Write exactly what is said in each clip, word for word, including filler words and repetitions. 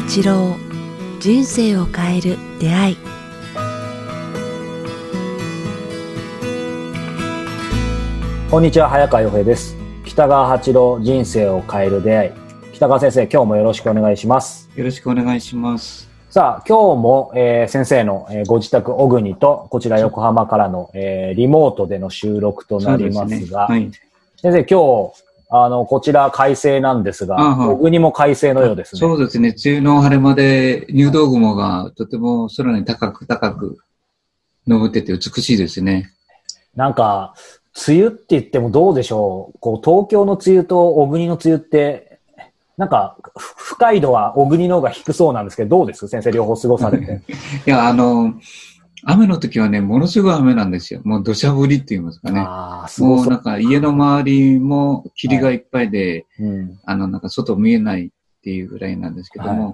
八郎、人生を変える出会い。 こんにちは、早川洋平です。北川八郎、人生を変える出会い。北川先生、今日もよろしくお願いします。 よろしくお願いします。 さあ、今日も、えー、先生の、えー、ご自宅小国とこちら横浜からの、えー、リモートでの収録となりますが、 そうですね。はい、 先生、今日あのこちら快晴なんですが、小国も快晴のようですね。 そうですね。梅雨の晴れ間で入道雲がとても空に高く高く昇ってて美しいですね。 なんか梅雨って言ってもどうでしょう。こう東京の梅雨と小国の梅雨ってなんか不快度は小国の方が低そうなんですけど、どうです先生、両方過ごされて。 いや、あの雨の時はね、ものすごい雨なんですよ。もう土砂降りって言いますかね。 あすごそう。 もうなんか家の周りも霧がいっぱいで、はい、うん、あのなんか外見えないっていうぐらいなんですけども、はい、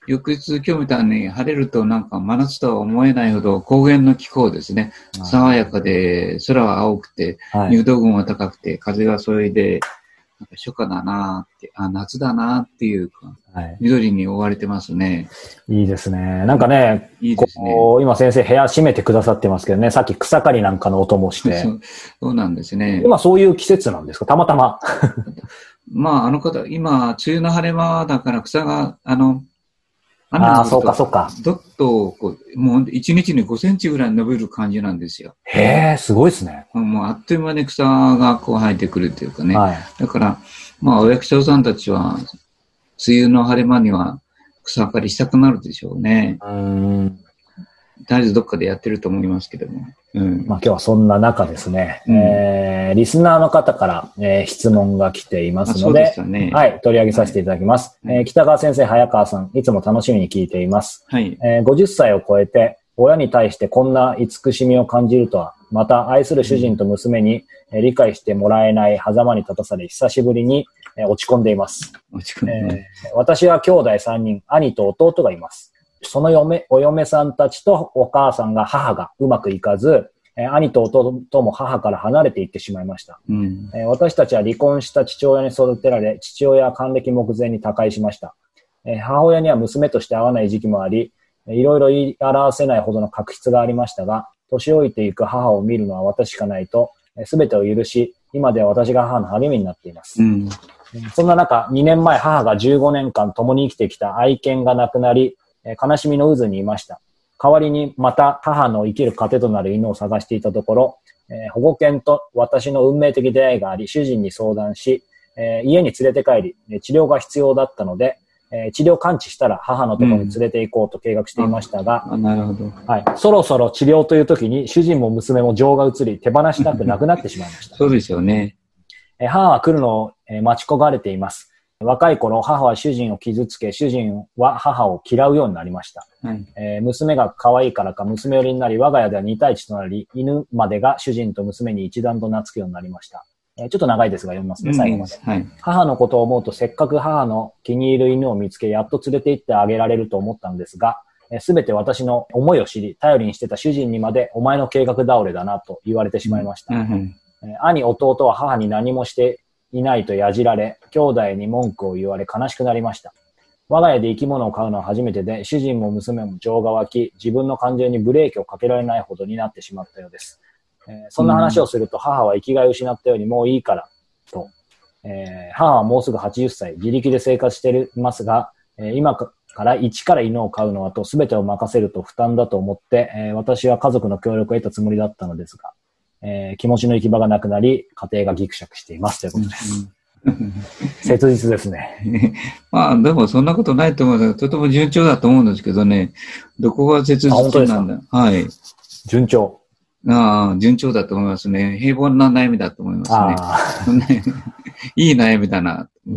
翌日今日みたいに晴れるとなんか真夏とは思えないほど高原の気候ですね。爽やかで、空は青くて、はい、入道雲が高くて、風がそいで、なんか初夏だなーって、あ、夏だなーっていうか、はい、緑に覆われてますね。 いいですね。なんかね、いいですね。こう今先生部屋閉めてくださってますけどね、さっき草刈りなんかの音もして。 そう、そうなんですね。 今そういう季節なんですか、たまたま。 まあ、あの方、今、梅雨の晴れ間だから草が、あの、 雨が降ると、ああ、そうかそうか。 どっと、こう、もういちにちにごセンチぐらい伸びる感じなんですよ。 へえ、すごいですね。 もうあっという間に草がこう生えてくるっていうかね。はい、だから、まあ、お役所さんたちは、梅雨の晴れ間には草刈りしたくなるでしょうね。うーん。大体どっかでやってると思いますけども。 うん、まあ今日はそんな中ですね、うん、えー、リスナーの方から、えー、質問が来ていますので、ね、はい、取り上げさせていただきます、はい、えー。北川先生、早川さん、いつも楽しみに聞いています。はい、えー、ごじゅっさいを超えて、親に対してこんな慈しみを感じるとは、また愛する主人と娘に、うん、理解してもらえない狭間に立たされ、久しぶりに落ち込んでいます。 落ち込んで、 えー、私は兄弟さんにん、兄と弟がいます。その嫁、お嫁さんたちとお母さんが母がうまくいかず、えー、兄と弟も母から離れていってしまいました、うんえー。私たちは離婚した父親に育てられ、父親は還暦目前に他界しました。えー、母親には娘として会わない時期もあり、いろいろ言い表せないほどの確執がありましたが、年老いていく母を見るのは私しかないと、すべてを許し、今では私が母の励みになっています。うん、そんな中、にねんまえ母がじゅうごねんかん共に生きてきた愛犬が亡くなり、悲しみの渦にいました。代わりにまた母の生きる糧となる犬を探していたところ、えー、保護犬と私の運命的出会いがあり、主人に相談し、えー、家に連れて帰り、治療が必要だったので、えー、治療完治したら母のところに連れて行こうと計画していましたが、 うん、あ、なるほど。 はい。そろそろ治療という時に主人も娘も情が移り、手放したくなくなってしまいました。 そうですよね。 えー、母は来るのを、えー、待ち焦がれています。若い頃、母は主人を傷つけ、主人は母を嫌うようになりました。はいえー、娘が可愛いからか娘寄りになり、我が家ではに対いちとなり、犬までが主人と娘に一段と懐くようになりました。えー、ちょっと長いですが読みますね、最後まで、うんはい。母のことを思うと、せっかく母の気に入る犬を見つけ、やっと連れて行ってあげられると思ったんですが、すべて私の思いを知り、頼りにしてた主人にまで、お前の計画倒れだなと言われてしまいました。うんうんえー、兄、弟は母に何もしていないとやじられ、兄弟に文句を言われ悲しくなりました。我が家で生き物を飼うのは初めてで、主人も娘も情が湧き、自分の感情にブレーキをかけられないほどになってしまったようです。えー、そんな話をすると、母は生きがいを失ったようにもういいからと、えー、母はもうすぐはちじゅっさい、自力で生活していますが、えー、今から一から犬を飼うのはと全てを任せると負担だと思って、えー、私は家族の協力を得たつもりだったのですが、えー、気持ちの行き場がなくなり、家庭がギクシャクしていますということです。うん、切実ですね。 まあ、でもそんなことないと思うので、とても順調だと思うんですけどね、どこが切実なんだ。はい。 順調。 ああ、順調だと思いますね。平凡な悩みだと思いますね。いい悩みだな、うん。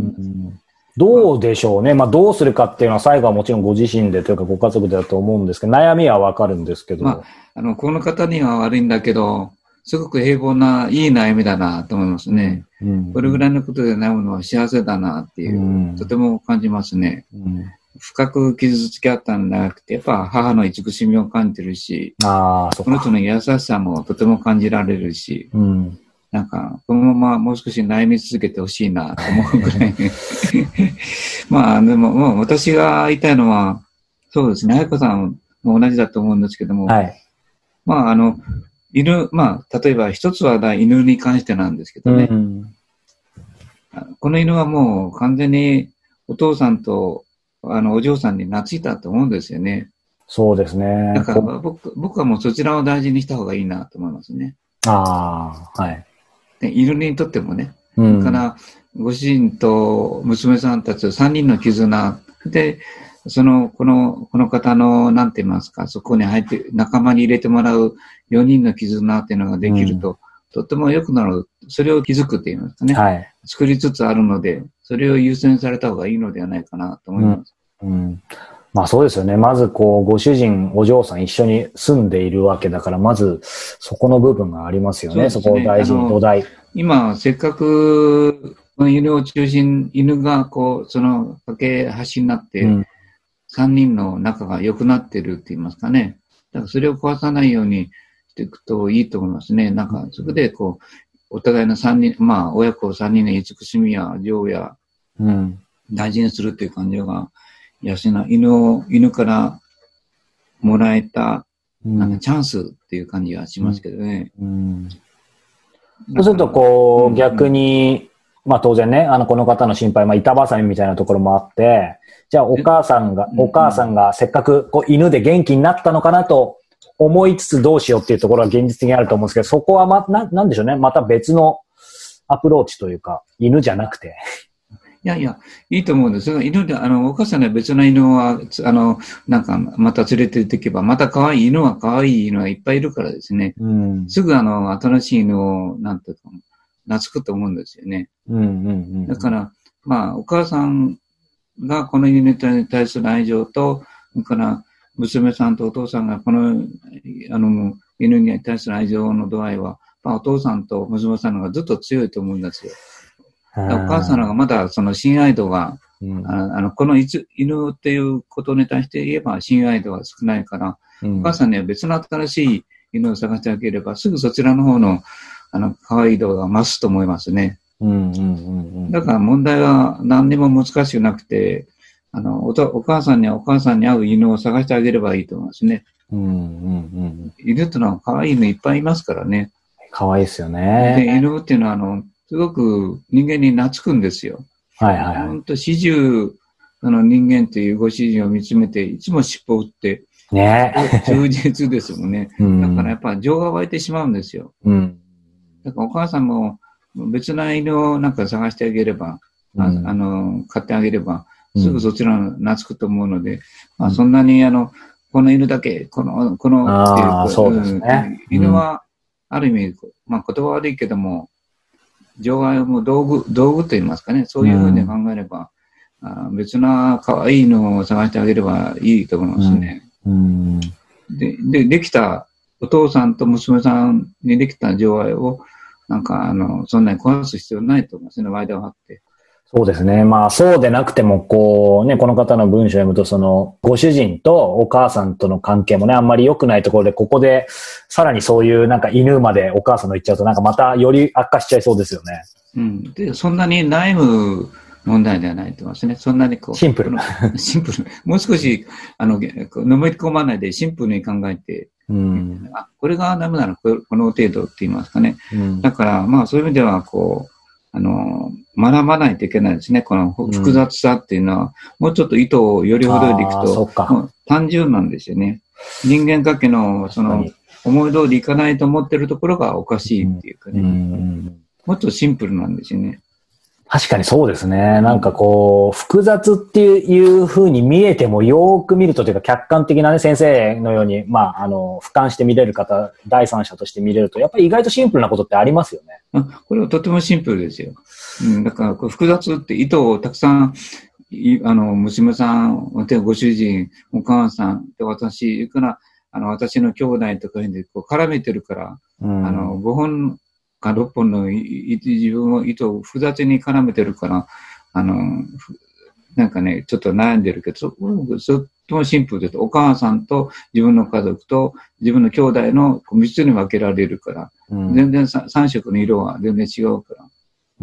どうでしょうね。まあ、どうするかっていうのは最後はもちろんご自身でというかご家族でだと思うんですけど、悩みはわかるんですけど。 まあ、あの、この方には悪いんだけど、すごく平凡ないい悩みだなと思いますね。うん、これぐらいのことで悩むのは幸せだなっていう、うん、とても感じますね。うん、深く傷つき合ったんじゃなくて、やっぱ母の慈しみを感じるし、あ、この人の優しさもとても感じられるし、うん、 なんか、このままもう少し悩み続けてほしいなと思うぐらい。まあ、でも、もう私が言いたいのは、そうですね、あやこさんも同じだと思うんですけども、はい、まあ、あの、犬、まあ、例えば一つは犬に関してなんですけどね、うん、この犬はもう完全にお父さんとあのお嬢さんに懐いたと思うんですよね。 そうですね。 だから僕、僕はもうそちらを大事にした方がいいなと思いますね。 ああ、はい。 で犬にとってもね、うん、だからご主人と娘さんたちさんにんの絆で、その、この、この方の、なんて言いますか、そこに入って、仲間に入れてもらうよにんの絆っていうのができると、うん、とっても良くなる。それを気づくって言いますかね。はい。作りつつあるので、それを優先された方がいいのではないかなと思います。 うん。うん、まあそうですよね。まずこう、ご主人、お嬢さん一緒に住んでいるわけだから、まずそこの部分がありますよね。そ, ねそこを大事に土台。 今、せっかく、犬を中心、犬がこう、その、架け橋になって、うんさんにんの仲が良くなってるって言いますかね。だからそれを壊さないようにしていくといいと思いますね。なんか、そこでこう、お互いのさんにん、まあ、親子さんにんの慈しみや情や、うん、大事にするっていう感情が、養う、犬を、犬からもらえた、なんかチャンスっていう感じがしますけどね。うんうんうん、そうすると、こう、うん、逆に、まあ当然ね、あの、この方の心配、まあ板挟みみたいなところもあって、じゃあお母さんが、お母さんがせっかくこう犬で元気になったのかなと思いつつどうしようっていうところは現実的にあると思うんですけど、そこはま、な、なんでしょうね。また別のアプローチというか、犬じゃなくて。 いやいや、いいと思うんです。犬で、あの、お母さんは別の犬は、あの、なんか、また連れて行っていけば、また可愛い犬は可愛い犬はいっぱいいるからですね。うん、すぐあの、新しい犬を、なんていうか、懐くと思うんですよね。うんうんうん、だから、まあ、お母さん、がこの犬に対する愛情と、それから娘さんとお父さんがこのあの犬に対する愛情の度合いは、まあ、お父さんと娘さんの方がずっと強いと思うんですよ。お母さんの方がまだその親愛度が、うん、あのこの犬っていうことに対して言えば親愛度が少ないから、うん、お母さんには別の新しい犬を探してあげれば、すぐそちらの方のあの可愛い度が増すと思いますね。うんうんうんうん、だから問題は何にも難しくなくて、あの お, お母さんにはお母さんに合う犬を探してあげればいいと思いますね。うんうんうん、犬ってのは可愛い犬いっぱいいますからね。 可愛いですよね。 で、犬っていうのはあのすごく人間に懐くんですよ。はいはいはい。本当始終あの人間というご主人を見つめていつも尻尾を打って、ね、忠実ですもんね。うん、だからやっぱ情が湧いてしまうんですよ。うん、だからお母さんも別な犬をなんか探してあげれば、うん、あ, あの、買ってあげれば、すぐそちらの懐くと思うので、うん、まあ、そんなにあの、この犬だけ、この、この、 あっていう、そうですね。 犬は、ある意味、まあ言葉悪いけども、情愛も道具、道具と言いますかね、そういうふうに考えれば、うん、あ別な可愛い犬を探してあげればいいと思いますね。うん、で、で、できた、お父さんと娘さんにできた情愛を、なんか、あの、そんなに壊す必要ないと思いますね、間を張って。 そうですね。まあ、そうでなくても、こう、ね、この方の文章を読むと、その、ご主人とお母さんとの関係もね、あんまり良くないところで、ここで、さらにそういう、なんか犬までお母さんの言っちゃうと、なんかまたより悪化しちゃいそうですよね。 うん。で、そんなに悩む問題ではないと思いますね。そんなにこう。 シンプル。 シンプル。もう少し、あの、のめり込まないでシンプルに考えて、うん、あこれがダメならこの程度って言いますかね。うん、だから、まあそういう意味では、こう、あの、学ばないといけないですね。この複雑さっていうのは、うん、もうちょっと意図をよりほどいていくと、単純なんですよね。人間関係の、その、思い通りいかないと思ってるところがおかしいっていうかね。うんうん、もっとシンプルなんですよね。 確かにそうですね。なんかこう、複雑っていう風に見えてもよーく見るとというか客観的なね、先生のように、まあ、あの、俯瞰して見れる方、第三者として見れると、やっぱり意外とシンプルなことってありますよね。 あこれはとてもシンプルですよ。うん、だからこう複雑って意図をたくさん、あの、娘さん、ご主人、お母さん、私、から、あの、私の兄弟とかでこう絡めてるから、うん、あの、ごほん、かろっぽんの自分を糸を複雑に絡めてるから、あの、なんかね、ちょっと悩んでるけど、そ、そもシンプルです。お母さんと自分の家族と自分の兄弟のみっつに分けられるから、うん、全然さん色の色は全然違うから。うん、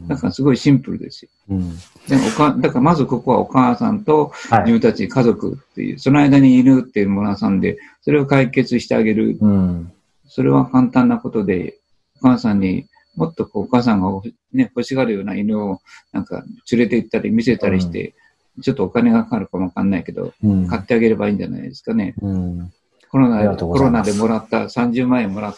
だからすごいシンプルですよ。うん、でおかだからまずここはお母さんと自分たち家族っていう、はい、その間に犬っていうものさんで、それを解決してあげる。うん、それは簡単なことで、お母さんにもっとこうお母さんが、ね、欲しがるような犬をなんか連れて行ったり見せたりして、うん、ちょっとお金がかかるかもわかんないけど、うん、買ってあげればいいんじゃないですかね。うん、コロナで、コロナでもらった、さんじゅうまんえんもらった、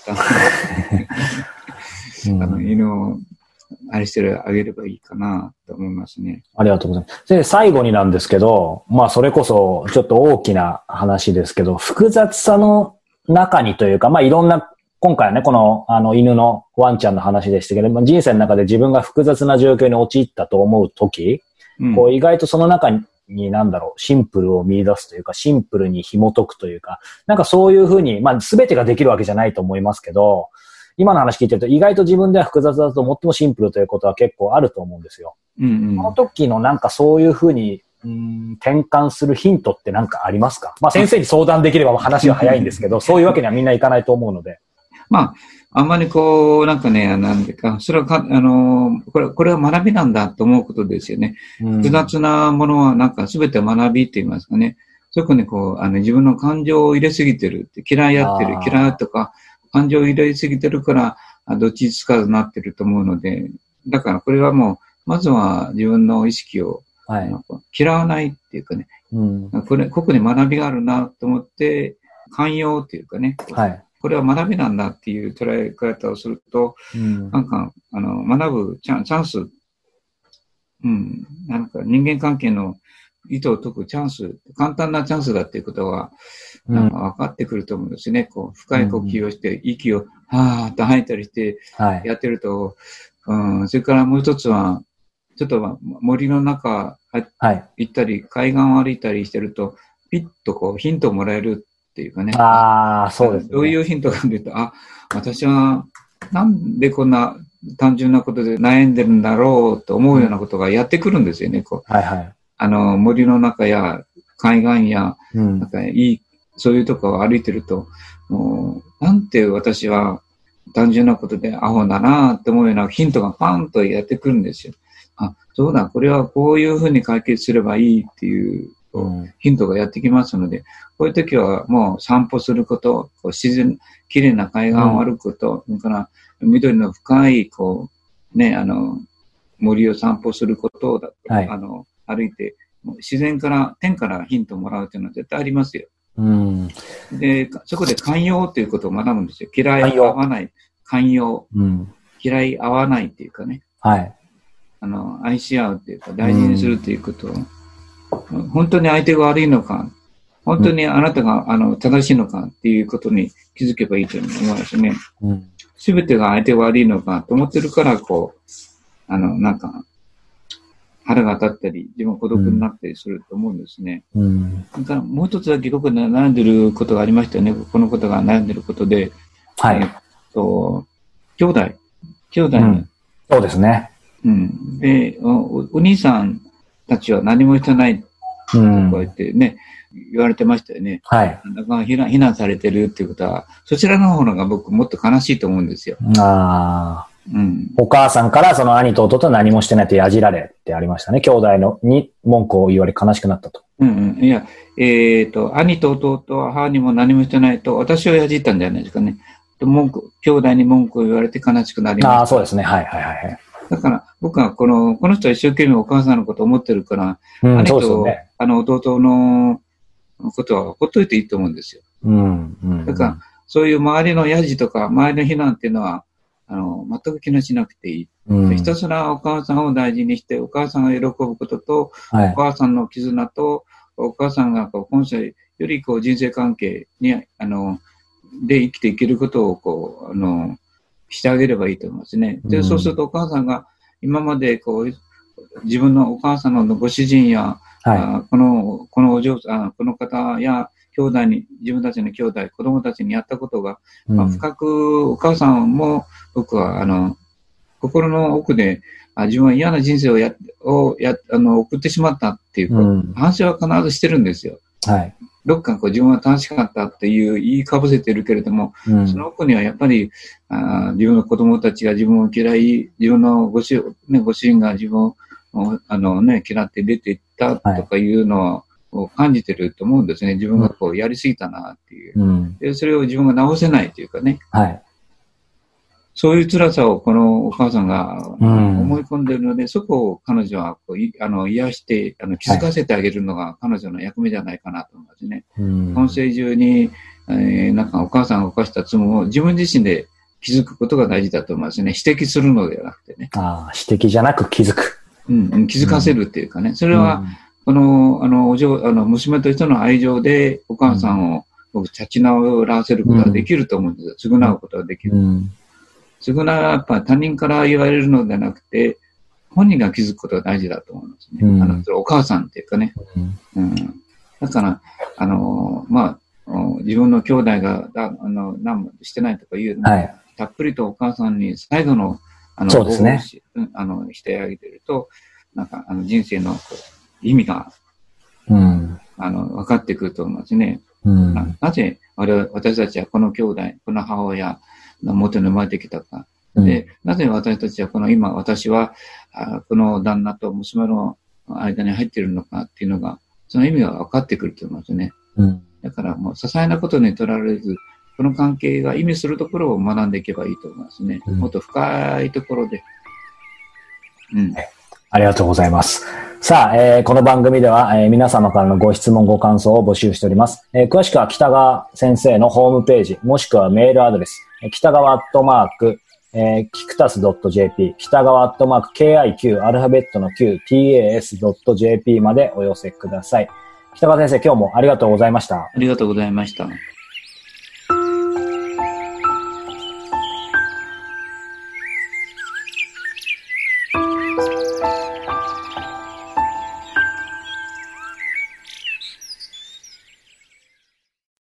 うん、あの犬を愛してあげればいいかなと思いますね。 ありがとうございます。で、最後になんですけど、まあそれこそちょっと大きな話ですけど、複雑さの中にというか、まあいろんな、今回はね、このあの犬のワンちゃんの話でしたけど、まあ、人生の中で自分が複雑な状況に陥ったと思うとき、うん、こう意外とその中に、になんだろう、シンプルを見出すというか、シンプルに紐解くというか、なんかそういうふうに、まあ全てができるわけじゃないと思いますけど、今の話聞いてると意外と自分では複雑だと思ってもシンプルということは結構あると思うんですよ。うんうん、この時のなんかそういうふうにうーん転換するヒントってなんかありますか？まあ先生に相談できれば話が早いんですけど、そういうわけにはみんないかないと思うので。 まあ、あんまりこう、なんかね、なんでか、それはか、あの、これ、これは学びなんだと思うことですよね。うん、複雑なものはなんか全て学びって言いますかね。特にこう、あの自分の感情を入れすぎてるって、嫌いやってる、嫌いとか、感情を入れすぎてるから、どっちつかずになってると思うので、だからこれはもう、まずは自分の意識を、はい、嫌わないっていうかね、うん、これ、ここに学びがあるなと思って、寛容っていうかね、はい、これは学びなんだっていう捉え方をすると、うん、なんか、あの、学ぶチャン、チャンス、うん、なんか人間関係の意図を解くチャンス、簡単なチャンスだっていうことが、なんか分かってくると思うんですね。こう、深い呼吸をして、息を、はーっと吐いたりして、やってると、はい、うん、それからもう一つは、ちょっと森の中、はい、行ったり、海岸を歩いたりしてると、ピッとこう、ヒントをもらえるっていうかね。 ああ、そうですね。 どういうヒントかというと、あ、私は、なんでこんな単純なことで悩んでるんだろうと思うようなことがやってくるんですよね、こう。はいはい。あの、森の中や海岸や、うん、なんかいい、そういうとこを歩いてると、もうなんて私は単純なことでアホだなって思うようなヒントがパンとやってくるんですよ。あ、そうだ、これはこういうふうに解決すればいいっていう、うん、ヒントがやってきますので、こういう時はもう散歩すること、こう自然、綺麗な海岸を歩くこと、うん、それから緑の深い、こう、ね、あの、森を散歩することだと、はい、あの、歩いて、自然から、天からヒントをもらうというのは絶対ありますよ。うん、で、そこで寛容ということを学ぶんですよ。嫌い合わない。寛容。うん、嫌い合わないっていうかね。はい。あの、愛し合うっていうか、大事にするっていうことを、うん、本当に相手が悪いのか、本当にあなたが、あの、正しいのかっていうことに気づけばいいと思いますね。すべ、うん、てが相手が悪いのかと思ってるから、こう、あの、なんか、腹が立ったり、自分孤独になったりすると思うんですね。うん。だからもう一つだけ僕が悩んでることがありましたよね。このことが悩んでることで。はい。えっと、兄弟。兄弟、うん。 そうですね。 うん。でお、お兄さんたちは何もしてない。うん。こうやってね、言われてましたよね。はい。だから避難、避難されてるっていうことは、そちらの方が僕もっと悲しいと思うんですよ。ああ。うん、 お母さんからその兄と弟は何もしてないとやじられってありましたね。兄弟のに文句を言われ悲しくなったと。 うんうん。いや、えっ、ー、と、兄と弟は母にも何もしてないと私をやじったんじゃないですかね。文句、兄弟に文句を言われて悲しくなりました。 ああ、そうですね。はいはいはい。 だから僕はこの、この人は一生懸命お母さんのことを思ってるから、うん、兄と、ね、あの弟のことはほっといていいと思うんですよ。うんうん、だから、そういう周りのやじとか周りの非難っていうのは、あの、全く気にしなくていい。うん、ひたすらお母さんを大事にして、お母さんが喜ぶことと、はい、お母さんの絆と、お母さんがこう今世よりこう人生関係に、あの、で生きていけることをこう、あの、してあげればいいと思いますね。で、うん、そうするとお母さんが今までこう、自分のお母さんのご主人や、はい、あこの、このお嬢さん、この方や、兄弟に、自分たちの兄弟、子供たちにやったことが、うんまあ、深くお母さんも僕は、あの、心の奥で、あ自分は嫌な人生をや、をや、あの、送ってしまったっていう、うん、反省は必ずしてるんですよ。 はい。 どっかこう自分は楽しかったっていう言いかぶせてるけれども、うん、その奥にはやっぱりあ自分の子供たちが自分を嫌い、自分のご主、ね、ご主人が自分をあの、ね、嫌って出ていったとかいうのを感じてると思うんですね。自分がこうやりすぎたなっていう。うん、でそれを自分が直せないというかね。はい、そういう辛さをこのお母さんが思い込んでいるので、うん、そこを彼女はこういあの癒して、あの気づかせてあげるのが彼女の役目じゃないかなと思いますね。うん、今世中に、えー、なんかお母さんが犯した罪を自分自身で気づくことが大事だと思いますね。指摘するのではなくてね。 ああ、指摘じゃなく気づく。 うん、気づかせるっていうかね。それは、うん、この、あの、お嬢、あの、娘としての愛情でお母さんを僕立ち直らせることができると思うんですよ。償うことができる。うん償うはやっぱ他人から言われるのではなくて、本人が気づくことが大事だと思いますね。うん、あのお母さんっていうかね。うんうん、だから、あの、まあ、自分の兄弟が、あの、何もしてないとかいうのを、はい、たっぷりとお母さんに最後の、あの、 そうですね。 あの、してあげてると、なんか、あの、人生の意味が、 うん、 あの、分かってくると思いますね。うん、な, なぜ我々、私たちはこの兄弟、この母親、元に生まれてきたか。で、なぜ私たちはこの今、私は、あこの旦那と娘の間に入っているのかっていうのが、その意味が分かってくると思いますね。うん、だからもう、些細なことにとらわれず、この関係が意味するところを学んでいけばいいと思いますね。うん、もっと深いところで。 うん。ありがとうございます。さあ、えー、この番組では、えー、皆様からのご質問、ご感想を募集しております。えー、詳しくは北川先生のホームページ、もしくはメールアドレス、北川アットマーク、えー、キクタス .jp、北川アットマーク、ケーアイキュー、アルファベットの Q、ティーエーエス .jp までお寄せください。北川先生、今日もありがとうございました。 ありがとうございました。